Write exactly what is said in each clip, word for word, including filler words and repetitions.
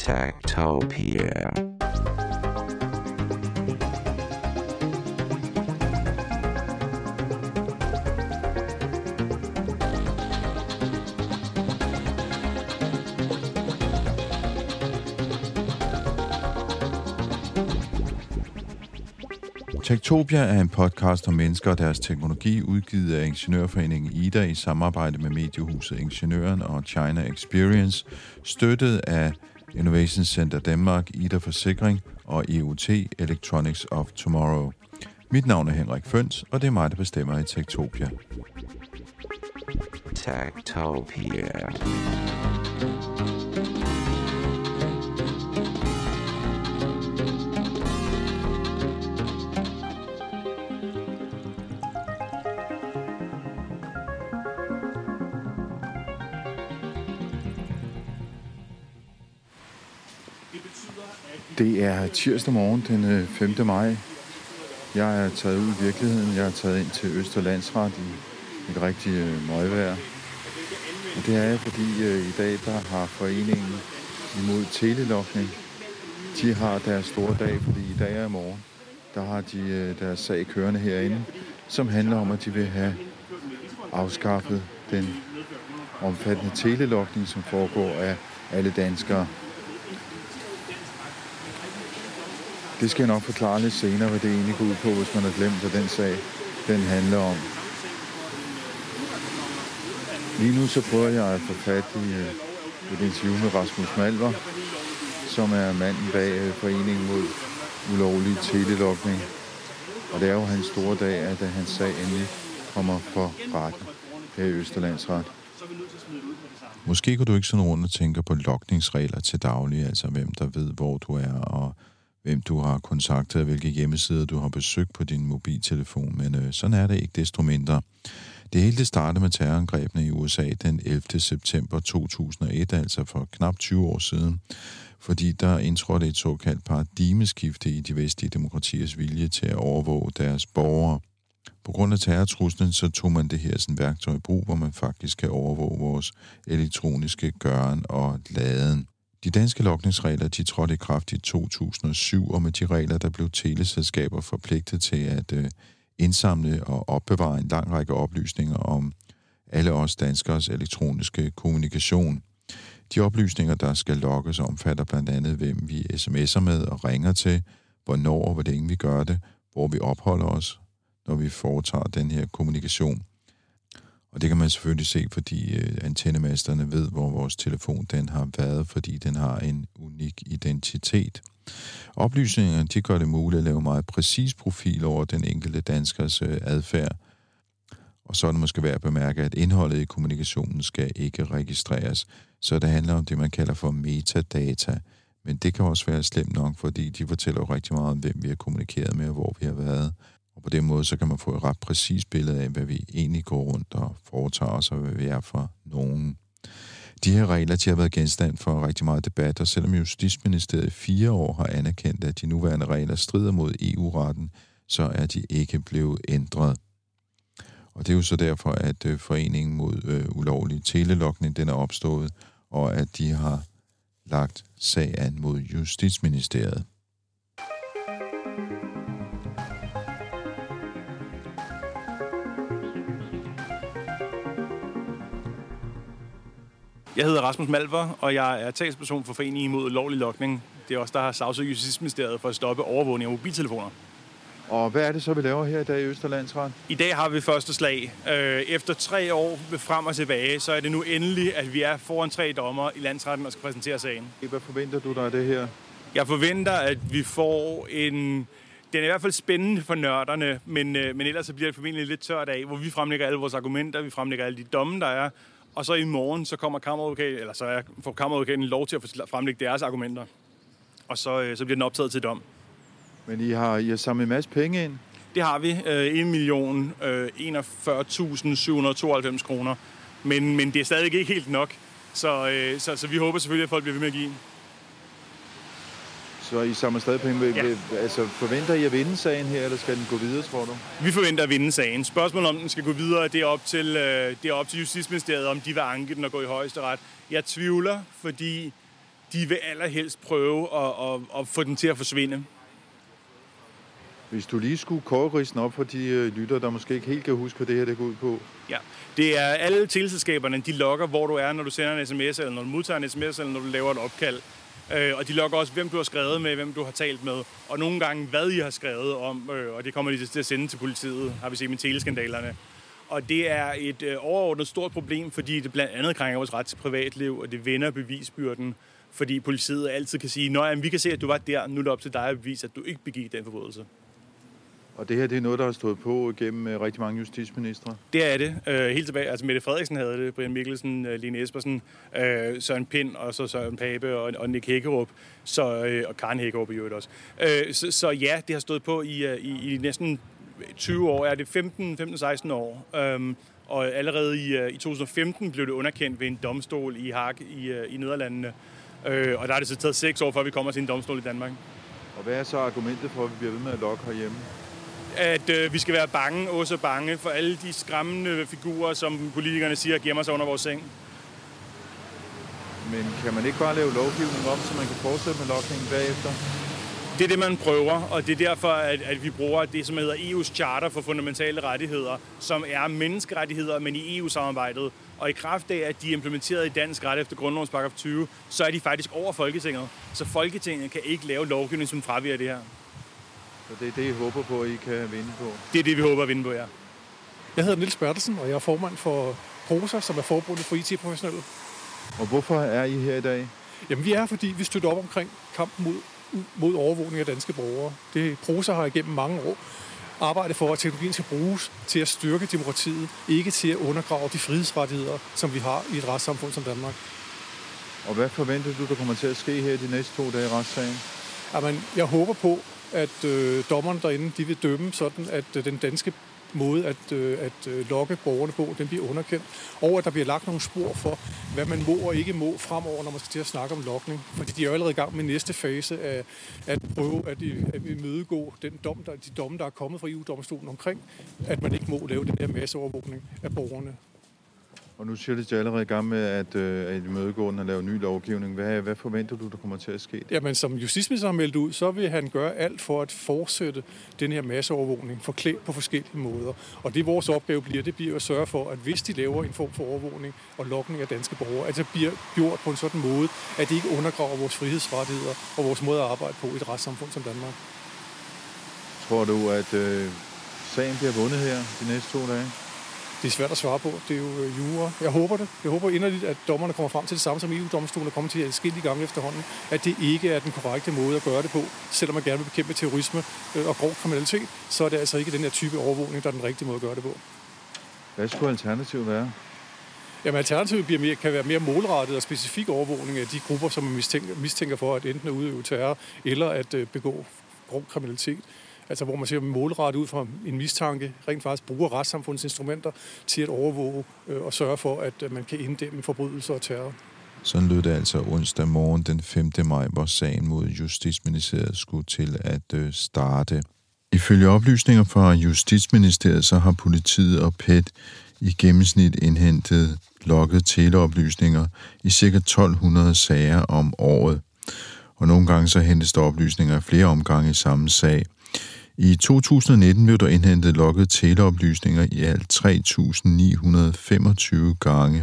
Techtopia. Techtopia er en podcast om mennesker og deres teknologi, udgivet af Ingeniørforeningen IDA i samarbejde med mediehuset Ingeniøren og China Experience, støttet af Innovation Center Danmark, IDA Forsikring og E U T Electronics of Tomorrow. Mit navn er Henrik Føns, og det er mig, der bestemmer i Techtopia. Techtopia. Det er tirsdag morgen den femte maj. Jeg er taget ud i virkeligheden. Jeg er taget ind til Østerlandsret i et rigtig møgvejr. Og det er jeg, fordi i dag der har foreningen imod telelogning. De har deres store dag, fordi i dag og i morgen, der har de deres sag kørende herinde, som handler om, at de vil have afskaffet den omfattende telelogning, som foregår af alle danskere. Det skal jeg nok forklare lidt senere, hvad det egentlig går ud på, hvis man har glemt, hvad den sag den handler om. Lige nu så prøver jeg at få fat i et interview med Rasmus Malver, som er manden bag foreningen mod ulovlig telelogning. Og det er jo hans store dag, at hans sag endelig kommer for retten her i Østerlandsret. Måske går du ikke sådan rundt og tænker på logningsregler til daglig, altså hvem der ved, hvor du er, og hvem du har kontaktet, og hvilke hjemmesider du har besøgt på din mobiltelefon, men øh, sådan er det ikke desto mindre. Det hele det startede med terrorangrebene i U S A den ellevte september to tusind og et, altså for knap tyve år siden, fordi der indtrådte et såkaldt paradigmeskifte i de vestlige demokratiers vilje til at overvåge deres borgere. På grund af terrortruslen, så tog man det her sådan værktøj i brug, hvor man faktisk kan overvåge vores elektroniske gøren og laden. De danske logningsregler, de trådte i kraft i to tusind og syv, og med de regler, der blev teleselskaber forpligtet til at øh, indsamle og opbevare en lang række oplysninger om alle os danskers elektroniske kommunikation. De oplysninger, der skal logges, omfatter blandt andet, hvem vi sms'er med og ringer til, hvornår og hvor længe vi gør det, hvor vi opholder os, når vi foretager den her kommunikation. Og det kan man selvfølgelig se, fordi øh, antennemasterne ved, hvor vores telefon den har været, fordi den har en unik identitet. Oplysningerne de gør det muligt at lave meget præcis profil over den enkelte danskers øh, adfærd. Og så er det måske værd at bemærke, at indholdet i kommunikationen skal ikke registreres. Så det handler om det, man kalder for metadata. Men det kan også være slemt nok, fordi de fortæller jo rigtig meget om, hvem vi har kommunikeret med og hvor vi har været. Og på den måde, så kan man få et ret præcist billede af, hvad vi egentlig går rundt og foretager os, og hvad vi er for nogen. De her regler, de har været genstand for rigtig meget debat, og selvom Justitsministeriet i fire år har anerkendt, at de nuværende regler strider mod E U-retten, så er de ikke blevet ændret. Og det er jo så derfor, at foreningen mod øh, ulovlig telelogning, den er opstået, og at de har lagt sag an mod Justitsministeriet. Jeg hedder Rasmus Malver, og jeg er talsperson for Foreningen mod ulovlig logning. Det er også der har sagsøgt Justitsministeriet for at stoppe overvågning af mobiltelefoner. Og hvad er det så, vi laver her i dag i Østerlandsret? I dag har vi første slag. Efter tre år frem og tilbage, så er det nu endelig, at vi er foran tre dommer i landsretten og skal præsentere sagen. Hvad forventer du dig af det her? Jeg forventer, at vi får en... Den er i hvert fald spændende for nørderne, men, men ellers så bliver det formentlig lidt tørt af, hvor vi fremlægger alle vores argumenter, vi fremlægger alle de domme, der er. Og så i morgen, så kommer kammeradvokaten, eller så er, får kammeradvokaten lov til at fremlægge deres argumenter. Og så, så bliver den optaget til dom. Men I har, I har samlet en masse penge ind? Det har vi. en million enogfyrre tusind syv hundrede og tooghalvfems kroner. Men, men det er stadig ikke helt nok. Så, så, så vi håber selvfølgelig, at folk bliver ved med at give. Så I samler stadig penge? Ja. Altså, forventer I at vinde sagen her, eller skal den gå videre, tror du? Vi forventer at vinde sagen. Spørgsmålet om den skal gå videre, det er op til, det er op til Justitsministeriet, om de vil anke den og gå i højesteret. Jeg tvivler, fordi de vil allerhelst prøve at, at, at få den til at forsvinde. Hvis du lige skulle korrigere op for de øh, lytter, der måske ikke helt kan huske, hvad det her det går ud på. Ja, det er alle teleselskaberne, de logger, hvor du er, når du sender en sms, eller når du modtager en sms, eller når du laver et opkald. Øh, og de logger også, hvem du har skrevet med, hvem du har talt med, og nogle gange, hvad I har skrevet om, øh, og det kommer de til at sende til politiet, har vi set med teleskandalerne. Og det er et øh, overordnet stort problem, fordi det blandt andet krænker vores ret til privatliv, og det vender bevisbyrden, fordi politiet altid kan sige, at vi kan se, at du var der, nu er det op til dig at bevise, at du ikke begik den forbrydelse. Og det her, det er noget, der har stået på gennem rigtig mange justitsministre? Det er det. Øh, helt tilbage. Altså Mette Frederiksen havde det, Brian Mikkelsen, Lene Espersen, øh, Søren Pind, og så Søren Pape og, og Nick Hækkerup, så, øh, og Karen Hækkerup i øvrigt også. Øh, så, så ja, det har stået på i, i, i næsten tyve år. Er det femten seksten år? Um, og allerede i, uh, i to tusind og femten blev det underkendt ved en domstol i Haag i, uh, i Nederlandene. Uh, og der er det så taget seks år, før vi kommer til en domstol i Danmark. Og hvad er så argumentet for, at vi bliver ved med at logge herhjemme? At uh, vi skal være bange, også bange for alle de skræmmende figurer, som politikerne siger, gemmer sig under vores seng. Men kan man ikke bare lave lovgivning om, så man kan fortsætte med logningen bagefter? Det er det, man prøver, og det er derfor, at, at vi bruger det, som hedder E U's Charter for fundamentale rettigheder, som er menneskerettigheder, men i E U-samarbejdet. Og i kraft af, at de er implementeret i dansk ret efter grundlovens paragraf tyve, så er de faktisk over Folketinget. Så Folketinget kan ikke lave lovgivning, som fraviger det her. Så det er det, I håber på, at I kan vinde på? Det er det, vi håber at vinde på, ja. Jeg hedder Niels Bertelsen, og jeg er formand for PROSA, som er forbundet for I T-professionelle. Og hvorfor er I her i dag? Jamen, vi er, fordi vi støtter op omkring kampen mod mod overvågning af danske borgere. Det PROSA har igennem mange år arbejdet for, at teknologien skal bruges til at styrke demokratiet, ikke til at undergrave de frihedsrettigheder, som vi har i et retssamfund som Danmark. Og hvad forventer du, der kommer til at ske her de næste to dage i retssagen? Jamen, jeg håber på, at øh, dommerne derinde de vil dømme sådan, at øh, den danske måde at, øh, at øh, logge borgerne på, den bliver underkendt, og at der bliver lagt nogle spor for, hvad man må og ikke må fremover, når man skal til at snakke om logning. Fordi de er jo allerede i gang med næste fase af at prøve at, at imødegå den dom, der, de domme, der er kommet fra E U-domstolen omkring, at man ikke må lave den her masseovervågning af borgerne. Og nu siger det, at allerede i gang med at, øh, at imødegå den og lave ny lovgivning. Hvad, hvad forventer du, der kommer til at ske? Jamen, som justitsminister har meldt ud, så vil han gøre alt for at fortsætte den her masseovervågning, forklædt på forskellige måder. Og det vores opgave bliver, det bliver at sørge for, at hvis de laver en form for overvågning og logning af danske borgere, at det bliver gjort på en sådan måde, at det ikke undergraver vores frihedsrettigheder og vores måde at arbejde på i et retssamfund som Danmark. Tror du, at øh, sagen bliver vundet her de næste to dage? Det er svært at svare på. Det er jo jura. Jeg håber det. Jeg håber inderligt, at dommerne kommer frem til det samme som E U-domstolen er kommet til adskillige gange efterhånden, at det ikke er den korrekte måde at gøre det på. Selvom man gerne vil bekæmpe terrorisme og grov kriminalitet, så er det altså ikke den her type overvågning, der er den rigtige måde at gøre det på. Hvad skulle alternativet være? Jamen, alternativet bliver mere, kan være mere målrettet og specifik overvågning af de grupper, som man mistænker, mistænker for at enten at udøve terror eller at begå grov kriminalitet. Altså hvor man ser målrettet ud fra en mistanke, rent faktisk bruger retssamfundets instrumenter til at overvåge øh, og sørge for, at øh, man kan inddæmme forbrydelser og terror. Sådan lød det altså onsdag morgen den femte maj, hvor sagen mod Justitsministeriet skulle til at øh, starte. Ifølge oplysninger fra Justitsministeriet, så har politiet og P E T i gennemsnit indhentet logget teleoplysninger i ca. tolv hundrede sager om året. Og nogle gange så hentes der oplysninger af flere omgange i samme sag. I to tusind og nitten blev der indhentet logget teleoplysninger i alt tre tusind ni hundrede femogtyve gange,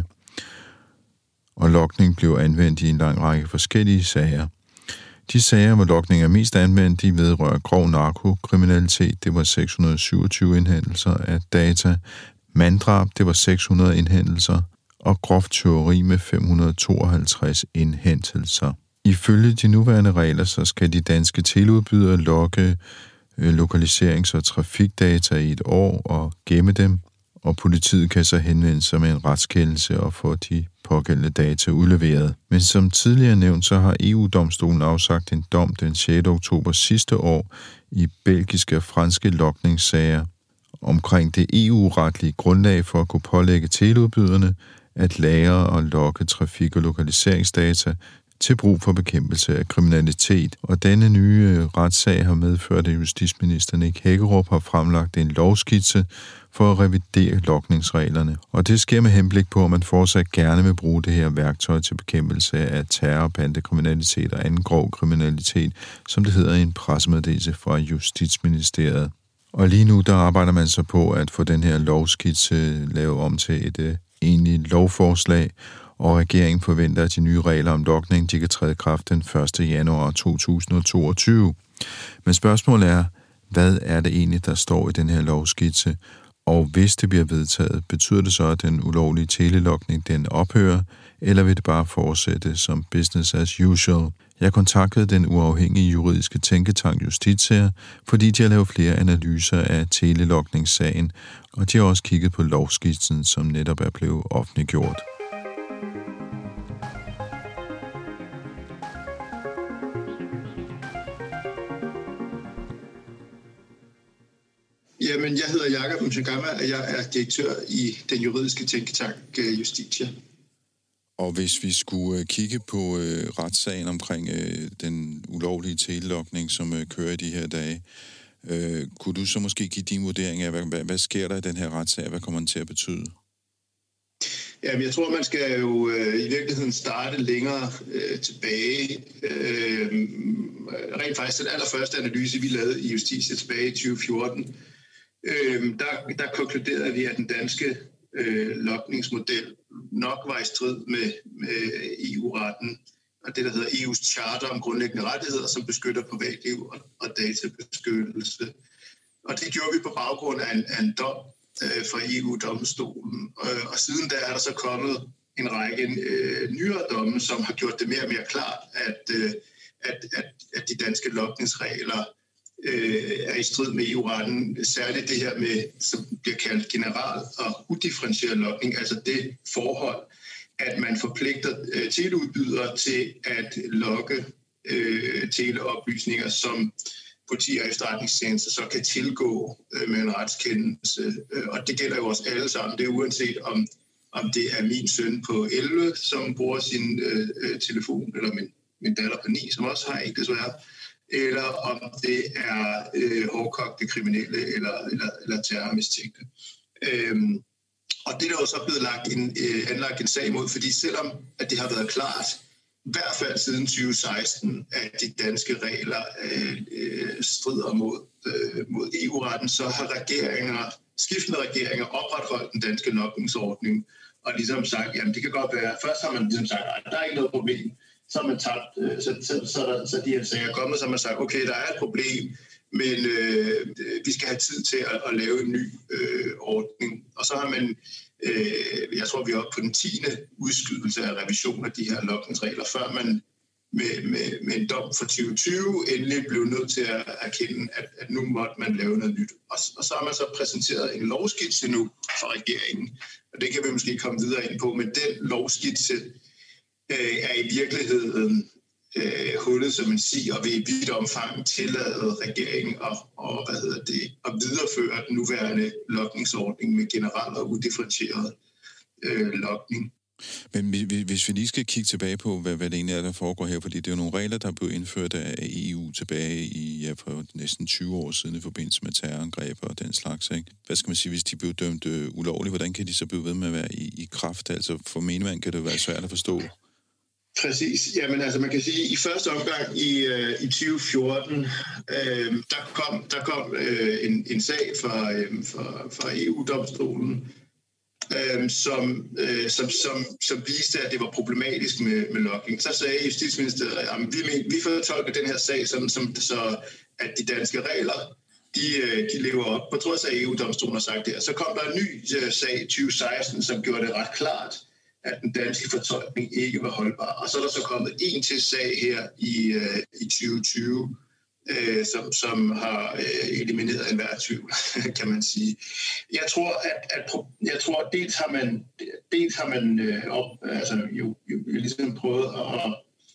og logning blev anvendt i en lang række forskellige sager. De sager, hvor logning er mest anvendt, de vedrører grov narkokriminalitet, det var seks hundrede og syvogtyve indhentelser af data, manddrab, det var seks hundrede indhentelser, og groft tyveri med fem hundrede og tooghalvtreds indhentelser. Ifølge de nuværende regler, så skal de danske teleudbydere logge lokaliserings- og trafikdata i et år og gemme dem, og politiet kan så henvende sig med en retskendelse og få de pågældende data udleveret. Men som tidligere nævnt, så har E U-domstolen afsagt en dom den sjette oktober sidste år i belgiske og franske logningssager omkring det E U-retlige grundlag for at kunne pålægge teleudbyderne at lagre og logge trafik- og lokaliseringsdata til brug for bekæmpelse af kriminalitet. Og denne nye retssag har medført, at justitsminister Nick Hækkerup har fremlagt en lovskitse for at revidere logningsreglerne. Og det sker med henblik på, at man fortsat gerne vil bruge det her værktøj til bekæmpelse af terror, bandekriminalitet og anden grov kriminalitet, som det hedder i en pressemeddelelse fra Justitsministeriet. Og lige nu der arbejder man så på at få den her lovskitse lavet om til et uh, egentligt lovforslag, og regeringen forventer, at de nye regler om logning de kan træde i kraft den første januar to tusind og toogtyve. Men spørgsmålet er, hvad er det egentlig, der står i den her lovskitse? Og hvis det bliver vedtaget, betyder det så, at den ulovlige telelogning den ophører, eller vil det bare fortsætte som business as usual? Jeg kontaktede den uafhængige juridiske tænketank Justitia, fordi de har lavet flere analyser af telelogningssagen, og de har også kigget på lovskitsen, som netop er blevet offentliggjort. Jamen, jeg hedder Jakob Mchangama, og jeg er direktør i den juridiske tænketank Justitia. Og hvis vi skulle kigge på øh, retssagen omkring øh, den ulovlige telelogning, som øh, kører i de her dage, øh, kunne du så måske give din vurdering af, hvad, hvad, hvad sker der i den her retssag? Hvad kommer den til at betyde? Jamen, jeg tror, man skal jo øh, i virkeligheden starte længere øh, tilbage. Øh, rent faktisk den allerførste analyse, vi lavede i Justitia tilbage i tyve fjorten, øh, der, der konkluderede vi, at den danske øh, logningsmodel nok var i strid med, med E U-retten og det, der hedder E U's charter om grundlæggende rettigheder, som beskytter privatliv og, og databeskyttelse. Og det gjorde vi på baggrund af en, af en dom øh, fra E U-domstolen. Og, og siden da er der så kommet en række øh, nyere domme, som har gjort det mere og mere klart, at, øh, at, at, at de danske logningsregler øh, er i strid med E U-retten. Særligt det her med, som bliver kaldt general og udifferentieret logning, altså det forhold, at man forpligter øh, teleudbydere til at logge øh, teleoplysninger, som politi og efterretningstjenester så kan tilgå øh, med en retskendelse. Og det gælder jo også alle sammen. Det er uanset om, om det er min søn på elleve, som bruger sin øh, telefon, eller min, min datter på ni, som også har en desværre, eller om det er øh, hårdkogte kriminelle eller, eller, eller terrormistænkte. Øhm, og det er der jo så blevet lagt en, øh, anlagt en sag mod, fordi selvom at det har været klart, i hvert fald siden tyve seksten, at de danske regler øh, øh, strider mod, øh, mod E U-retten, så har regeringer, skiftende regeringer opretholdt den danske logningsordning og ligesom sagt, jamen det kan godt være, først har man ligesom sagt, at der er ikke noget problem, så har man tabt, øh, så, så, så, så, så de her sager er kommet, så har man sagt, okay, der er et problem, men øh, vi skal have tid til at, at lave en ny øh, ordning. Og så har man Øh, jeg tror, vi er oppe på den tiende udskydelse af revision af de her logningsregler, før man med, med, med en dom fra tyve tyve endelig blev nødt til at erkende, at, at nu måtte man lave noget nyt. Og, og så har man så præsenteret en lovskitse nu fra regeringen, og det kan vi måske komme videre ind på, men den lovskitse øh, er i virkeligheden øh, hullet som en si, og vil i vidt omfang tillade regeringen at, og, hvad hedder det, at videreføre den nuværende logningsordning med generel og udifferentieret øh, logning. Men hvis vi lige skal kigge tilbage på, hvad, hvad det egentlig er, der foregår her, fordi det er jo nogle regler, der blev indført af E U tilbage i ja, for næsten tyve år siden i forbindelse med terrorangreb og den slags, ikke? Hvad skal man sige, hvis de blev dømt øh, ulovligt, hvordan kan de så blive ved med at være i, i kraft? Altså for menigmand kan det være svært at forstå. Præcis. Jamen altså man kan sige, at i første omgang i, øh, i tyve fjorten, øh, der kom, der kom øh, en, en sag fra, øh, fra, fra E U-domstolen, øh, som, øh, som, som, som viste, at det var problematisk med, med logning. Så sagde Justitsministeriet, at vi, vi fortolker den her sag sådan, som, så at de danske regler, de, de lever op. På trods af E U-domstolen har sagt det. Og så kom der en ny øh, sag i tyve seksten, som gjorde det ret klart, at den danske fortolkning ikke var holdbar. Og så er der så kommet en til sag her i, øh, i tyve tyve, øh, som, som har øh, elimineret enhver tvivl, kan man sige. Jeg tror, at, at jeg tror, at dels har man, dels har man øh, op, altså, jo, jo, jo ligesom prøvet at,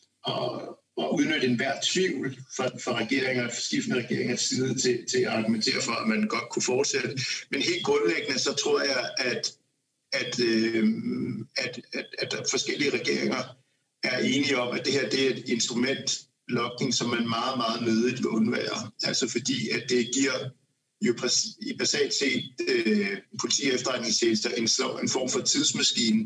at, at udnytte enhver tvivl fra, fra regeringer, skiftende regeringers side til, til at argumentere for, at man godt kunne fortsætte. Men helt grundlæggende, så tror jeg, at At, øh, at, at, at forskellige regeringer er enige om, at det her det er et instrument, logning, som man meget, meget nødigt vil undvære. Altså fordi, at det giver jo i basalt set øh, politi- og efterretningstjenester en, en form for tidsmaskine,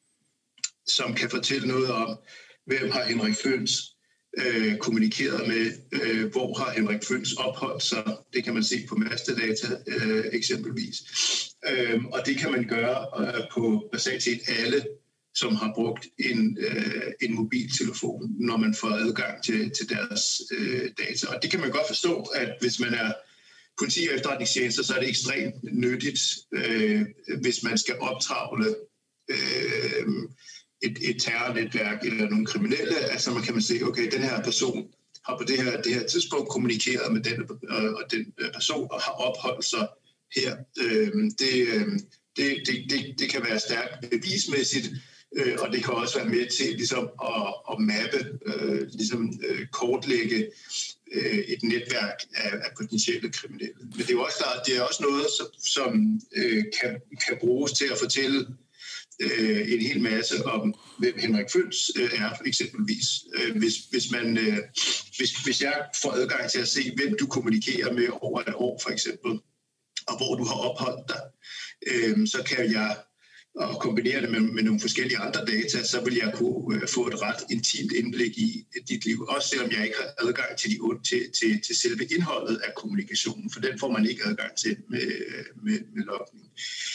som kan fortælle noget om, hvem har Henrik Føns øh, kommunikeret med, øh, hvor har Henrik Føns opholdt sig. Det kan man se på mastedata øh, eksempelvis. Øh, og det kan man gøre øh, på basalt set alle, som har brugt en, øh, en mobiltelefon, når man får adgang til, til deres øh, data. Og det kan man godt forstå, at hvis man er politi- og efterretningstjenester, så er det ekstremt nyttigt, øh, hvis man skal optravle øh, et, et terrornetværk eller nogle kriminelle. Altså man kan man se, okay, den her person har på det her, det her tidspunkt kommunikeret med den, og den person og har opholdt sig her. Øh, det, øh, det, det, det, det kan være stærkt bevismæssigt, øh, og det kan også være med til ligesom, at, at mappe, øh, ligesom, øh, kortlægge øh, et netværk af, af potentielle kriminelle. Men det er jo også klart, det er også noget, som, som øh, kan, kan bruges til at fortælle øh, en hel masse om, hvem Henrik Føns øh, er, eksempelvis. Øh, hvis, hvis, man, øh, hvis, hvis jeg får adgang til at se, hvem du kommunikerer med over et år, for eksempel, og hvor du har opholdt dig, øh, så kan jeg, og kombinere det med, med nogle forskellige andre data, så vil jeg kunne øh, få et ret intimt indblik i dit liv, også selvom jeg ikke har adgang til, de, til, til, til selve indholdet af kommunikationen, for den får man ikke adgang til med, med, med logning.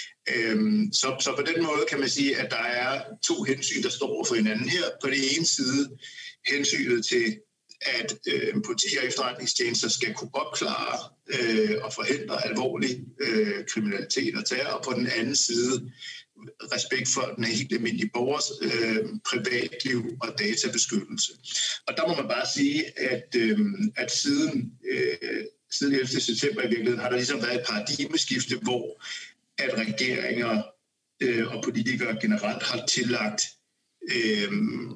Øhm, så, så på den måde kan man sige, at der er to hensyn, der står over for hinanden her. På den ene side hensynet til, at øh, politi- og efterretningstjenester skal kunne opklare øh, og forhindre alvorlig øh, kriminalitet og terror, og på den anden side respekt for den helt almindelige borgers øh, privatliv og databeskyttelse. Og der må man bare sige, at, øh, at siden, øh, siden ellevte september i virkeligheden har der ligesom været et paradigmeskifte, hvor at regeringer øh, og politikere generelt har tillagt øh,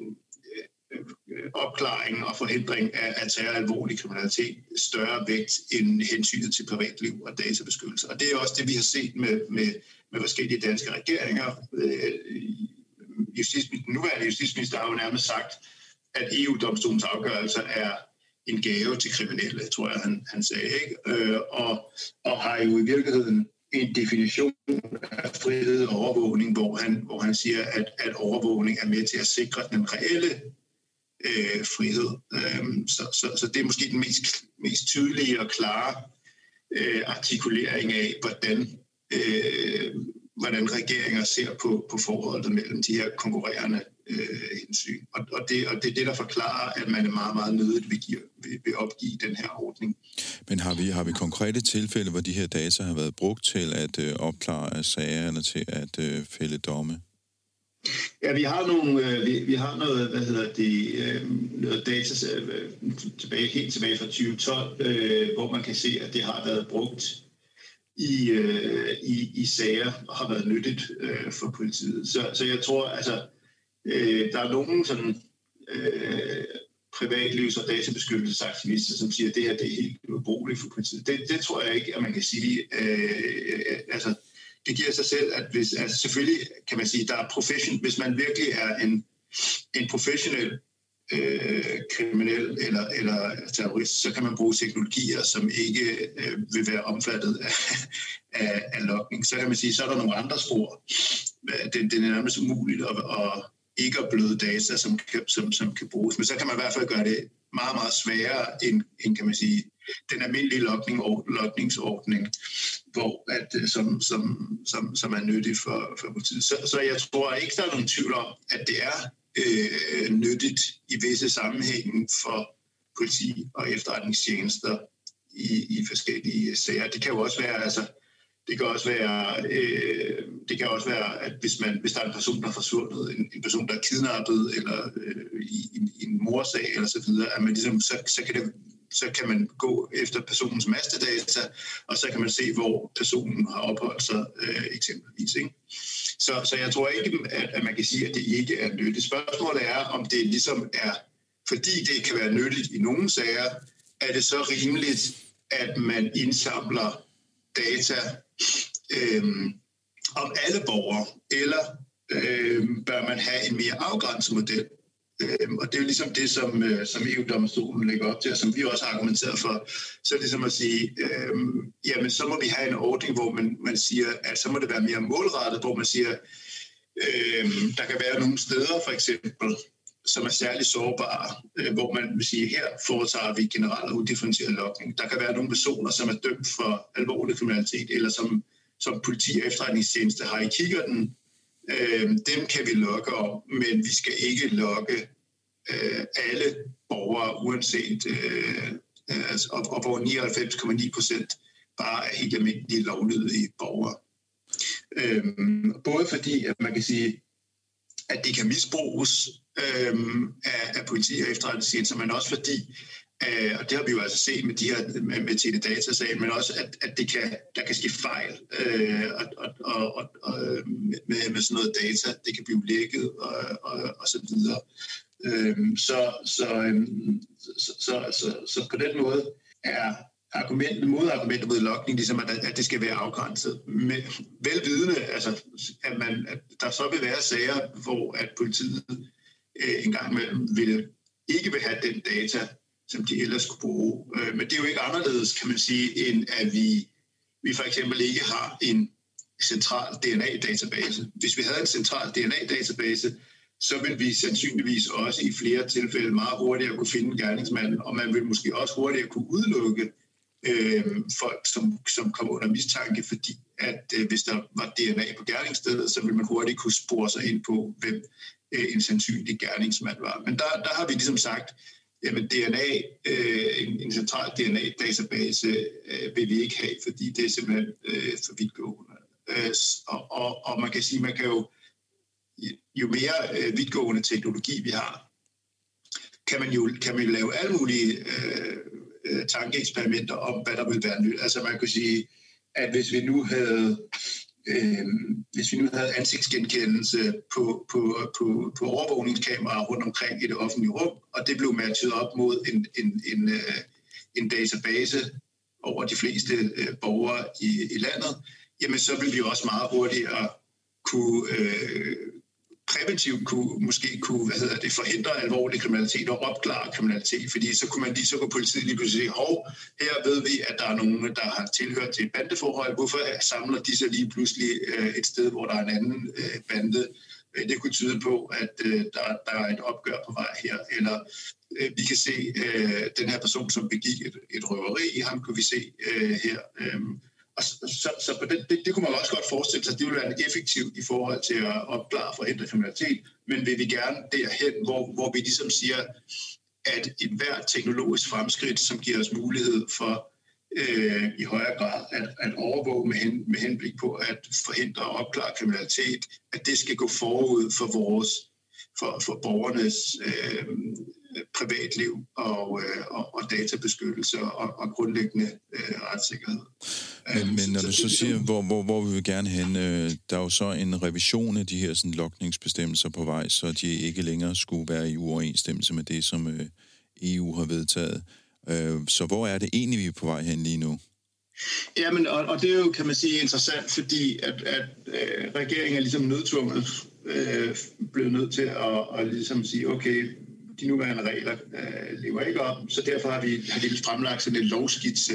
opklaring og forhindring af, af terror og alvorlig kriminalitet større vægt end hensynet til privatliv og databeskyttelse. Og det er også det, vi har set med, med, med forskellige danske regeringer. Justitsminister, den nuværende justitsminister har jo nærmest sagt, at E U-domstolens afgørelser er en gave til kriminelle, tror jeg, han, han sagde. Ikke? Og, og har jo i virkeligheden en definition af frihed og overvågning, hvor han, hvor han siger, at, at overvågning er med til at sikre den reelle øh, frihed. Øhm, så, så, så det er måske den mest, mest tydelige og klare øh, artikulering af, hvordan, øh, hvordan regeringer ser på, på forholdet mellem de her konkurrerende øh, hensyn. Og, og, det, og det er det, der forklarer, at man er meget, meget nødigt vil, give, vil, vil opgive den her ordning. Men har vi, har vi konkrete tilfælde, hvor de her data har været brugt til at øh, opklare sager eller til at øh, fælde domme? Ja, vi har nogle, øh, vi, vi har noget, hvad hedder det, øh, noget data øh, tilbage, helt tilbage fra tyve tolv, øh, hvor man kan se, at det har været brugt i, øh, i, i sager og har været nyttigt øh, for politiet. Så, så jeg tror, altså, øh, der er nogen sådan øh, privatlivs- og databeskyttelsesaktivister, som siger, at det her det er helt ubrugeligt for politiet. Det, det tror jeg ikke, at man kan sige. Øh, altså, det giver sig selv, at hvis, altså selvfølgelig kan man sige, der er profession, hvis man virkelig er en, en professionel øh, kriminel eller, eller terrorist, så kan man bruge teknologier, som ikke øh, vil være omfattet af, af, af logning. Så kan man sige, så er der nogle andre spor. Det, det er nærmest umuligt at, at ikke at bløde data, som kan, som, som kan bruges. Men så kan man i hvert fald gøre det meget, meget sværere end, end kan man sige, den almindelige logning, logningsordning, hvor at, som, som, som, som er nyttig for, for politiet. Så, så jeg tror ikke, der er nogen tvivl om, at det er øh, nyttigt i visse sammenhænge for politi og efterretningstjenester i, i forskellige sager. Det kan jo også være, altså, det kan også være, øh, det kan også være, at hvis man, hvis der er en person, der er forsvundet, en, en person, der er kidnappet, eller øh, i, i en morsag eller så videre, at man ligesom, så, så kan det så kan man gå efter personens mastedata, og så kan man se, hvor personen har opholdt sig øh, eksempelvis. Ikke? Så, så jeg tror ikke, at, at man kan sige, at det ikke er nyttigt. Spørgsmålet er, om det ligesom er, fordi det kan være nyttigt i nogle sager, er det så rimeligt, at man indsamler data øh, om alle borgere, eller øh, bør man have en mere afgrænset model, Øhm, og det er jo ligesom det, som, øh, som E U-domstolen lægger op til, og som vi også har argumenteret for. Så er det ligesom at sige, øhm, jamen så må vi have en ordning, hvor man, man siger, at så må det være mere målrettet, hvor man siger, øhm, der kan være nogle steder for eksempel, som er særligt sårbare, øh, hvor man vil sige, her foretager vi generelt udifferentieret logning. Der kan være nogle personer, som er dømt for alvorlig kriminalitet, eller som, som politi og efterretningstjeneste har i kikkerten. Øh, dem kan vi logge om, men vi skal ikke logge øh, alle borgere, uanset øh, altså, og, og hvor nioghalvfems komma ni procent bare er helt almindelige lovlydige borgere. Øh, både fordi, at man kan sige, at det kan misbruges øh, af, af politi og efterretningstjenester, men også fordi, øh, og det har vi jo altså set med de her med, med teledatasagen, men også at, at det kan, der kan ske fejl øh, og, og, og, og, med, med sådan noget data, det kan blive lækket og, og, og så videre. Øh, så, så, øh, så, så, så, så på den måde er argumentet, modargumentet mod logning, ligesom at, at det skal være afgrænset. Men velvidende, altså, at, man, at der så vil være sager, hvor at politiet øh, en gang imellem vil, ikke vil have den data, som de ellers skulle bruge. Øh, men det er jo ikke anderledes, kan man sige, end at vi, vi for eksempel ikke har en central D N A-database. Hvis vi havde en central D N A-database, så vil vi sandsynligvis også i flere tilfælde meget hurtigere kunne finde gerningsmanden, og man vil måske også hurtigere kunne udelukke øh, folk, som, som kommer under mistanke, fordi at øh, hvis der var D N A på gerningsstedet, så vil man hurtigt kunne spore sig ind på, hvem øh, en sandsynlig gerningsmand var. Men der, der har vi ligesom sagt, jamen D N A, øh, en, en central D N A-database øh, vil vi ikke have, fordi det er simpelthen øh, for vidtgående. Øh, og, og, og man kan sige, man kan jo jo mere øh, vidtgående teknologi vi har, kan man jo, kan man jo lave alle mulige øh, øh, tankeeksperimenter om, hvad der vil være nyt. Altså man kan sige, at hvis vi nu havde, øh, hvis vi nu havde ansigtsgenkendelse på, på, på, på overvågningskameraer rundt omkring i det offentlige rum, og det blev matchet op mod en, en, en, øh, en database over de fleste øh, borgere i, i landet, jamen så vil vi også meget hurtigere kunne øh, præventivt kunne, måske kunne hvad hedder det, forhindre alvorlig kriminalitet og opklare kriminalitet, fordi så kunne man lige så kunne politiet lige pludselig sige, hov, her ved vi, at der er nogen, der har tilhørt til et bandeforhold. Hvorfor samler de så lige pludselig øh, et sted, hvor der er en anden øh, bande? Det kunne tyde på, at øh, der, der er et opgør på vej her. Eller øh, vi kan se øh, den her person, som begik et, et røveri, ham kunne vi se øh, her. Øh, Og så, så på det, det, det kunne man også godt forestille sig, at det ville være effektivt i forhold til at opklare og forhindre kriminalitet, men vil vi gerne derhen, hvor, hvor vi ligesom siger, at enhver teknologisk fremskridt, som giver os mulighed for øh, i højere grad at, at overvåge med, hen, med henblik på at forhindre og opklare kriminalitet, at det skal gå forud for vores, for, for borgernes øh, privatliv og, øh, og, og databeskyttelse og, og grundlæggende øh, retssikkerhed. Men, men når du så siger, hvor, hvor, hvor vi vil gerne hen, øh, der er jo så en revision af de her sådan, logningsbestemmelser på vej, så de ikke længere skulle være i uoverensstemmelse med det, som øh, E U har vedtaget. Øh, så hvor er det egentlig, vi er på vej hen lige nu? Jamen, og, og det er jo, kan man sige, interessant, fordi at, at øh, regeringen er ligesom nødtvunget, øh, blevet nødt til at, at ligesom sige, okay, de nuværende regler øh, lever ikke op, så derfor har vi, har vi fremlagt sådan en lovskitse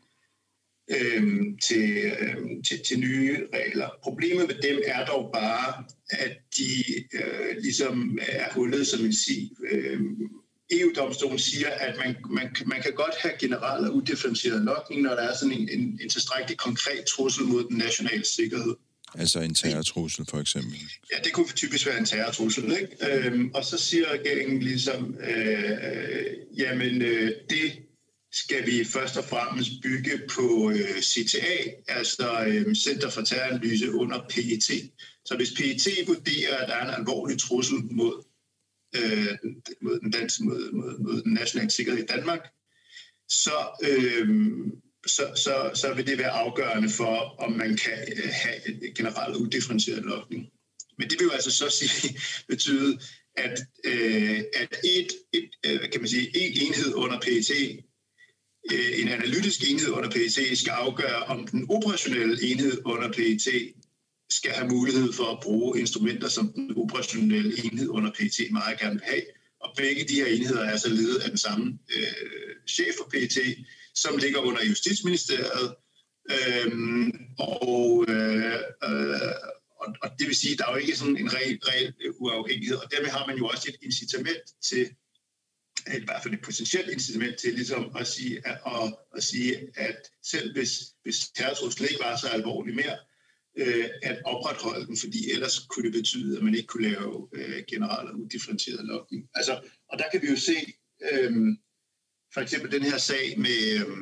øh, til, øh, til, til nye regler. Problemet med dem er dog bare, at de øh, ligesom er hullet som en sig. Øh, E U-domstolen siger, at man, man, man kan godt have generel og udifferentieret logning, når der er sådan en, en, en tilstrækkelig konkret trussel mod den nationale sikkerhed. Altså en terrortrussel for eksempel? Ja, det kunne typisk være en terrortrussel, ikke? Øhm, og så siger regeringen ligesom, øh, jamen øh, det skal vi først og fremmest bygge på øh, C T A, altså øh, Center for Terroranalyse under P E T. Så hvis P E T vurderer, at der er en alvorlig trussel mod øh, mod den danske, mod, mod, mod den nationale sikkerhed i Danmark, så, øh, så, så, så vil det være afgørende for, om man kan have et generelt udifferentieret logning. Men det vil jo altså så sige, betyde, at, øh, at et, et, øh, kan man sige, en enhed under P E T, øh, en analytisk enhed under P E T, skal afgøre, om den operationelle enhed under P E T skal have mulighed for at bruge instrumenter, som den operationelle enhed under P E T meget gerne vil have, begge de her enheder er så ledet af den samme øh, chef for P E T, som ligger under Justitsministeriet. Øhm, og, øh, øh, og, og det vil sige, at der er jo ikke sådan en reel, reel uafhængighed, og dermed har man jo også et incitament til, i hvert fald et potentielt incitament til ligesom at sige, at, at, at, sige, at selv hvis, hvis terrortruslen ikke var så alvorlig mere, øh, at opretholde den, fordi ellers kunne det betyde, at man ikke kunne lave øh, generel og udifferentieret logning. Altså, og der kan vi jo se øh, for eksempel den her sag med, øh,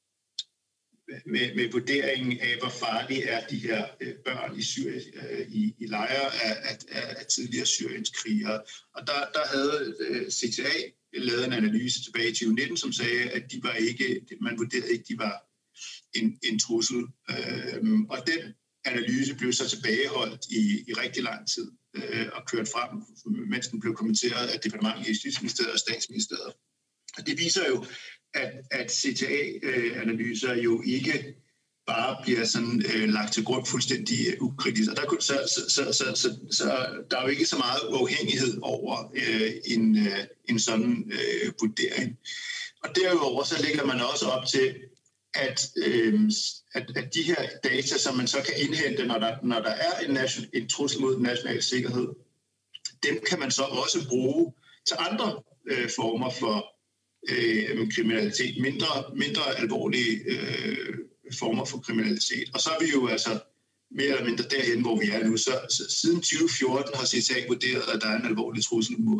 med, med vurderingen af, hvor farlige er de her øh, børn i, Syrien, øh, i, i lejre af, af, af tidligere Syriens krigere. Og der, der havde øh, C T A lavet en analyse tilbage i tyve nitten, som sagde, at de var ikke, man vurderede ikke, de var en, en trussel. Øhm, og den analyse blev så tilbageholdt i, i rigtig lang tid øh, og kørt frem, mens den blev kommenteret af departementet i Justitsministeriet og Statsministeriet. Og det viser jo, at, at C T A-analyser jo ikke bare bliver sådan øh, lagt til grund fuldstændig øh, ukritisk. Og der, så, så, så, så, så, så der er jo ikke så meget uafhængighed over øh, en, øh, en sådan øh, vurdering. Og derudover så lægger man også op til, at, øh, at, at de her data, som man så kan indhente, når der, når der er en, nation, en trussel mod national sikkerhed, dem kan man så også bruge til andre øh, former for øh, kriminalitet, mindre, mindre alvorlige øh, former for kriminalitet. Og så er vi jo altså mere eller mindre derhen, hvor vi er nu. Så, så siden tyve fjorten har C T A vurderet, at der er en alvorlig trussel mod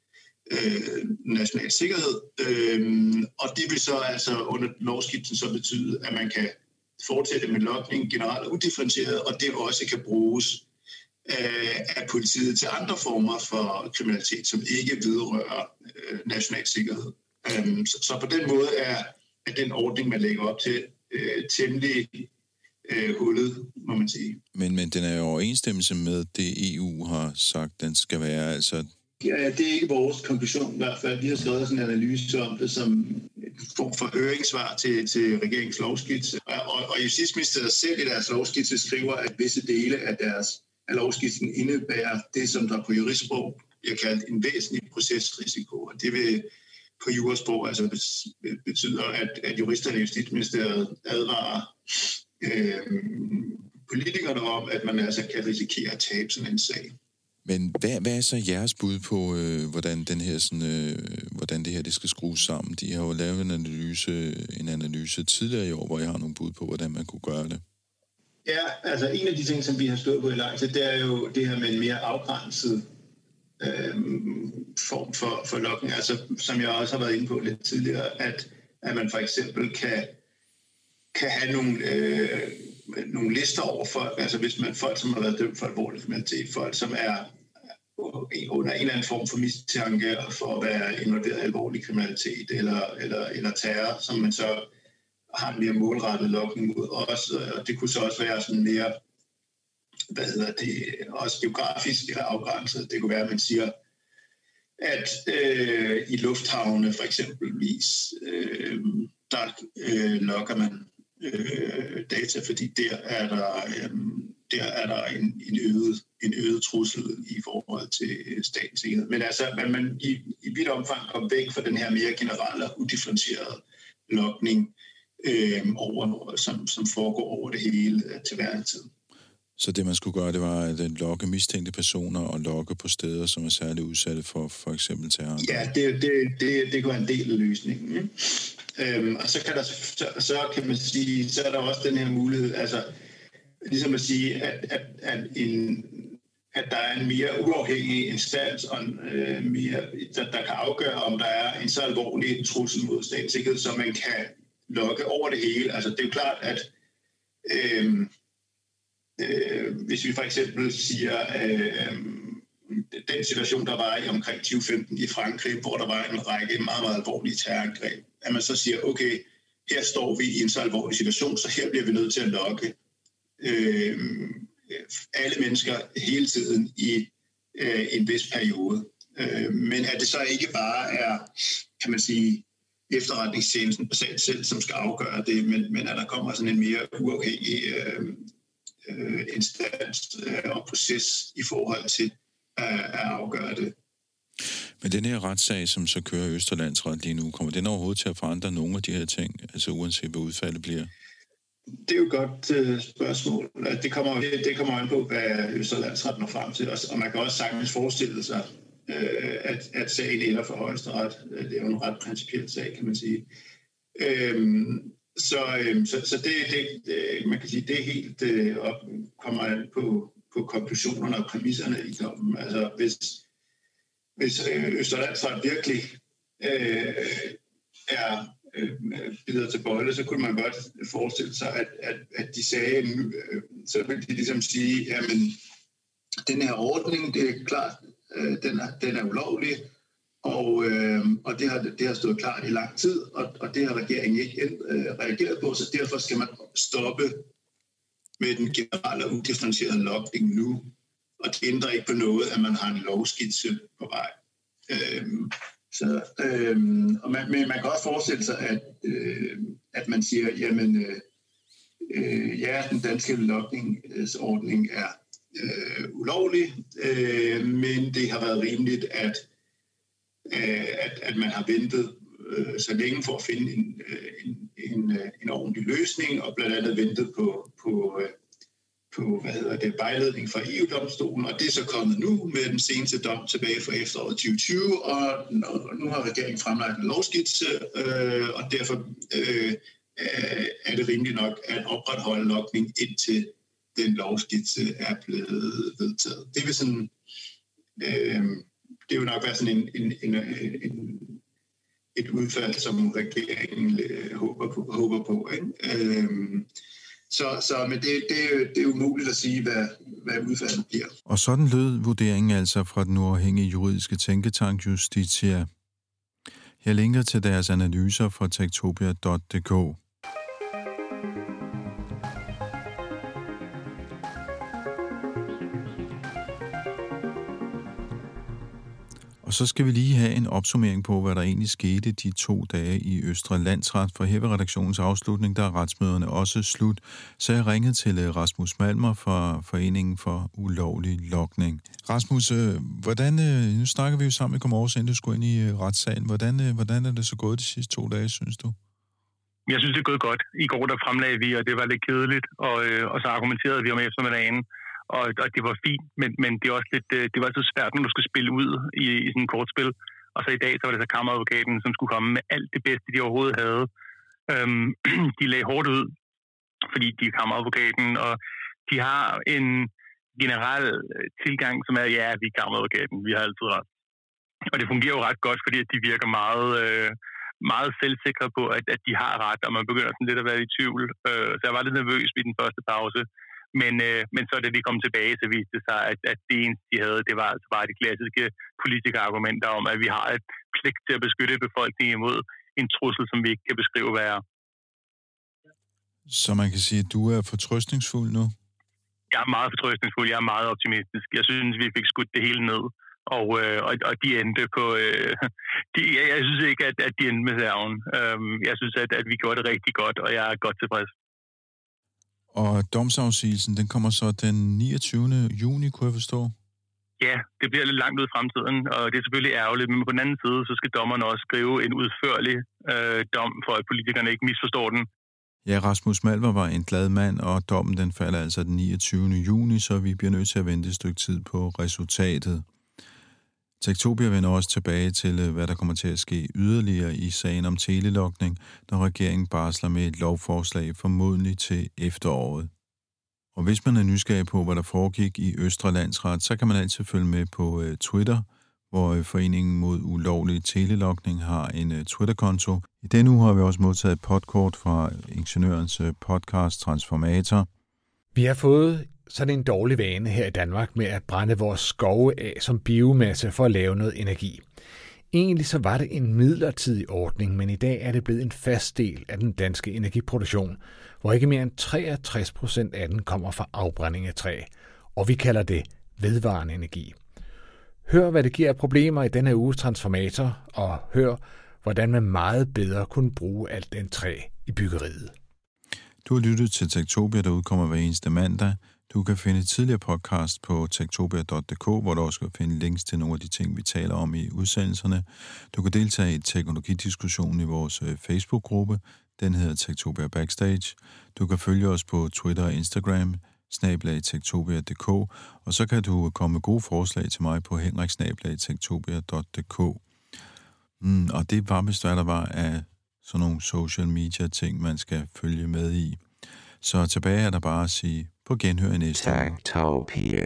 øh, national sikkerhed. Øh, og det vil så altså under lovskiften så betyde, at man kan fortsætte med logning generelt og udifferentieret, og det også kan bruges øh, af politiet til andre former for kriminalitet, som ikke vedrører øh, national sikkerhed. Øh, så, så på den måde er, er den ordning, man lægger op til, Øh, temmelig øh, hullet, må man sige. Men, men den er jo overensstemmelse med det E U har sagt, den skal være, altså... Ja, det er ikke vores konklusion i hvert fald. Vi har skrevet sådan en analyse om det som en form for høringssvar til, til regeringens lovskitse. Og, og Justitsministeriet selv i deres lovskitse skriver, at visse dele af deres af lovskitsen indebærer det, som der på juristsprog bliver kaldt en væsentlig procesrisiko. Og det vil på jurasprog altså betyder, at, at juristerne i Justitsministeriet advarer øh, politikerne om, at man altså kan risikere at tabe sådan en sag. Men hvad, hvad er så jeres bud på, øh, hvordan, den her, sådan, øh, hvordan det her det skal skrues sammen? De har jo lavet en analyse, en analyse tidligere i år, hvor jeg har nogle bud på, hvordan man kunne gøre det. Ja, altså en af de ting, som vi har stået på i lang tid, det er jo det her med en mere afgrænset Øhm, form for, for logning, altså som jeg også har været inde på lidt tidligere, at, at man for eksempel kan, kan have nogle, øh, nogle lister over folk, altså hvis man folk, som har været dømt for alvorlig kriminalitet, folk, som er under en eller anden form for mistanke for at være involveret i alvorlig kriminalitet eller, eller, eller terror, som man så har en mere målrettet logning mod også, og det kunne så også være sådan mere hvad hedder det, også geografisk afgrænset. Det kunne være, at man siger, at øh, i lufthavne for eksempelvis, øh, der øh, logger man øh, data, fordi der er der, øh, der er der en, en, øget, en øget trussel i forhold til statens sikkerhed. Men altså, man, man i, i vidt omfang kom væk fra den her mere generelle og udifferentierede logning, øh, over, som, som foregår over det hele til hver en tid. Så det, man skulle gøre, det var at logge mistænkte personer og logge på steder, som er særligt udsatte for for eksempel terror? Ja, det, det, det, det kunne være en del af løsningen. Ikke? Øhm, og så kan, der, så, så kan man sige, så er der også den her mulighed, altså ligesom at sige, at, at, at, en, at der er en mere uafhængig instans, og en, øh, mere, der, der kan afgøre, om der er en så alvorlig trussel mod statens sikkerhed, så man kan logge over det hele. Altså det er jo klart, at øh, Øh, hvis vi for eksempel siger, øh, den situation, der var i omkring tyve femten i Frankrig, hvor der var en række meget, meget alvorlige terrorangreb, at man så siger, okay, her står vi i en så alvorlig situation, så her bliver vi nødt til at logge øh, alle mennesker hele tiden i øh, en vis periode. Øh, men at det så ikke bare er, kan man sige, efterretningstjenesten selv, som skal afgøre det, men, men at der kommer sådan en mere uafhængig øh, instans og proces i forhold til at afgøre det. Men den her retssag, som så kører i Østre Landsret lige nu, kommer den overhovedet til at forandre nogle af de her ting, altså uanset hvad udfaldet bliver? Det er jo et godt uh, spørgsmål. Det kommer, det, det kommer an på, hvad Østre Landsret når frem til. Og man kan også sagtens forestille sig, uh, at, at sagen ender for Højesteret. Det er jo en ret principiel sag, kan man sige. Øhm, så, øhm, så, så det, det, det, man kan sige, det er helt øh, op, kommer an på, på konklusionerne og præmisserne i dommen. Altså hvis, hvis Østre Landsret virkelig øh, er øh, bider til bolle, så kunne man godt forestille sig, at, at, at de sagde, øh, så ville de ligesom sige, jamen den her ordning, det er klart, øh, den, er, den er ulovlig, og, øh, og det, har, det har stået klart i lang tid, og, og det har regeringen ikke øh, reageret på, så derfor skal man stoppe med den generelle og udifferentierede logning nu, og det ændrer ikke på noget, at man har en lovskitse på vej. Øh, så, øh, og man, men man kan også forestille sig, at, øh, at man siger, jamen øh, øh, ja, den danske logningsordning er øh, ulovlig, øh, men det har været rimeligt, at At, at man har ventet øh, så længe for at finde en, en, en, en ordentlig løsning, og blandt andet ventet på, på, på hvad hedder det, vejledning fra E U-domstolen, og det er så kommet nu med den seneste dom tilbage fra efteråret tyve tyve, og nu har regeringen fremlagt en lovskitse, øh, og derfor øh, er det rimeligt nok at opretholde logning, indtil den lovskitse er blevet vedtaget. Det vil sådan... Øh, Det vil nok være sådan en, en, en, en, et udfald, som regeringen håber på. Håber på ikke? Øhm, så så men det, det, det er jo umuligt at sige, hvad, hvad udfaldet bliver. Og sådan lød vurderingen altså fra den uafhængige juridiske tænketank Justitia. Jeg linker til deres analyser fra techtopia punktum d k. Og så skal vi lige have en opsummering på, hvad der egentlig skete de to dage i Østre Landsret. For her ved redaktionens afslutning, der er retsmøderne også slut. Så jeg ringede til Rasmus Malmer fra Foreningen for Ulovlig Logning. Rasmus, hvordan, nu snakker vi jo sammen i Godmorgen, inden du skulle ind i retssagen. Hvordan, hvordan er det så gået de sidste to dage, synes du? Jeg synes, det er gået godt. I går der fremlagde vi, og det var lidt kedeligt, og, og så argumenterede vi om eftermiddagen. Og, og det var fint, men, men det, var også lidt, det var så svært, når du skulle spille ud i, i sådan et kortspil. Og så i dag, så var det så kammeradvokaten, som skulle komme med alt det bedste, de overhovedet havde. Øhm, de lagde hårdt ud, fordi de er kammeradvokaten, og de har en generel tilgang, som er, ja, vi er kammeradvokaten, vi har altid ret. Og det fungerer jo ret godt, fordi de virker meget, øh, meget selvsikre på, at, at de har ret, og man begynder sådan lidt at være i tvivl. Øh, så jeg var lidt nervøs ved den første pause. Men, øh, men så da vi kom tilbage, så viste det sig, at, at det eneste, de havde, det var altså bare de klassiske politikerargumenter om, at vi har et pligt til at beskytte befolkningen imod en trussel, som vi ikke kan beskrive hvad er. Så man kan sige, at du er fortrøstningsfuld nu? Jeg er meget fortrøstningsfuld. Jeg er meget optimistisk. Jeg synes, vi fik skudt det hele ned. Og, øh, og, og de endte på... Øh, de, jeg, jeg synes ikke, at, at de endte med serven. Øhm, jeg synes, at, at vi gjorde det rigtig godt, og jeg er godt tilfreds. Og domsafsigelsen, den kommer så den niogtyvende juni, kunne jeg forstå? Ja, det bliver lidt langt ud i fremtiden, og det er selvfølgelig ærgerligt, men på den anden side, så skal dommerne også skrive en udførlig øh, dom, for at politikerne ikke misforstår den. Ja, Rasmus Malmer var en glad mand, og dommen den falder altså den niogtyvende juni, så vi bliver nødt til at vente et stykke tid på resultatet. Techtopia vender også tilbage til, hvad der kommer til at ske yderligere i sagen om telelogning, når regeringen barsler med et lovforslag formodentlig til efteråret. Og hvis man er nysgerrig på, hvad der foregik i Østre Landsret, så kan man altid følge med på Twitter, hvor Foreningen mod Ulovlig Telelogning har en Twitter-konto. I denne uge har vi også modtaget et podkort fra Ingeniørens podcast Transformator. Vi har fået sådan en dårlig vane her i Danmark med at brænde vores skove af som biomasse for at lave noget energi. Egentlig så var det en midlertidig ordning, men i dag er det blevet en fast del af den danske energiproduktion, hvor ikke mere end treogtres procent af den kommer fra afbrænding af træ, og vi kalder det vedvarende energi. Hør, hvad det giver af problemer i denne uges Transformator, og hør, hvordan man meget bedre kunne bruge alt den træ i byggeriet. Du har lyttet til Techtopia, der udkommer hver eneste mandag. Du kan finde tidligere podcast på techtopia punktum d k, hvor du også kan finde links til nogle af de ting, vi taler om i udsendelserne. Du kan deltage i teknologidiskussionen i vores Facebook-gruppe. Den hedder Techtopia Backstage. Du kan følge os på Twitter og Instagram, snabel-a techtopia punktum d k, og så kan du komme med gode forslag til mig på henrik snabel-a techtopia punktum d k. Mm, og det var vist, hvad der var af sådan nogle social media ting, man skal følge med i. Så tilbage er der bare at sige på genhør i næste uge. Techtopia.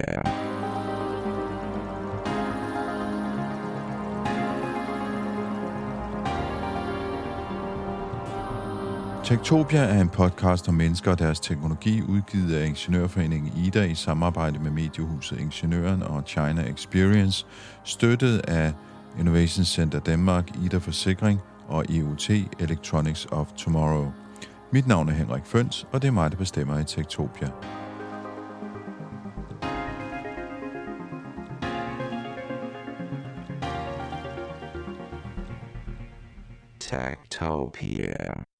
Techtopia er en podcast om mennesker og deres teknologi, udgivet af Ingeniørforeningen IDA i samarbejde med mediehuset Ingeniøren og China Experience, støttet af Innovation Center Danmark, IDA Forsikring og E U T Electronics of Tomorrow. Mit navn er Henrik Føns, og det er mig, der bestemmer i Techtopia. Techtopia.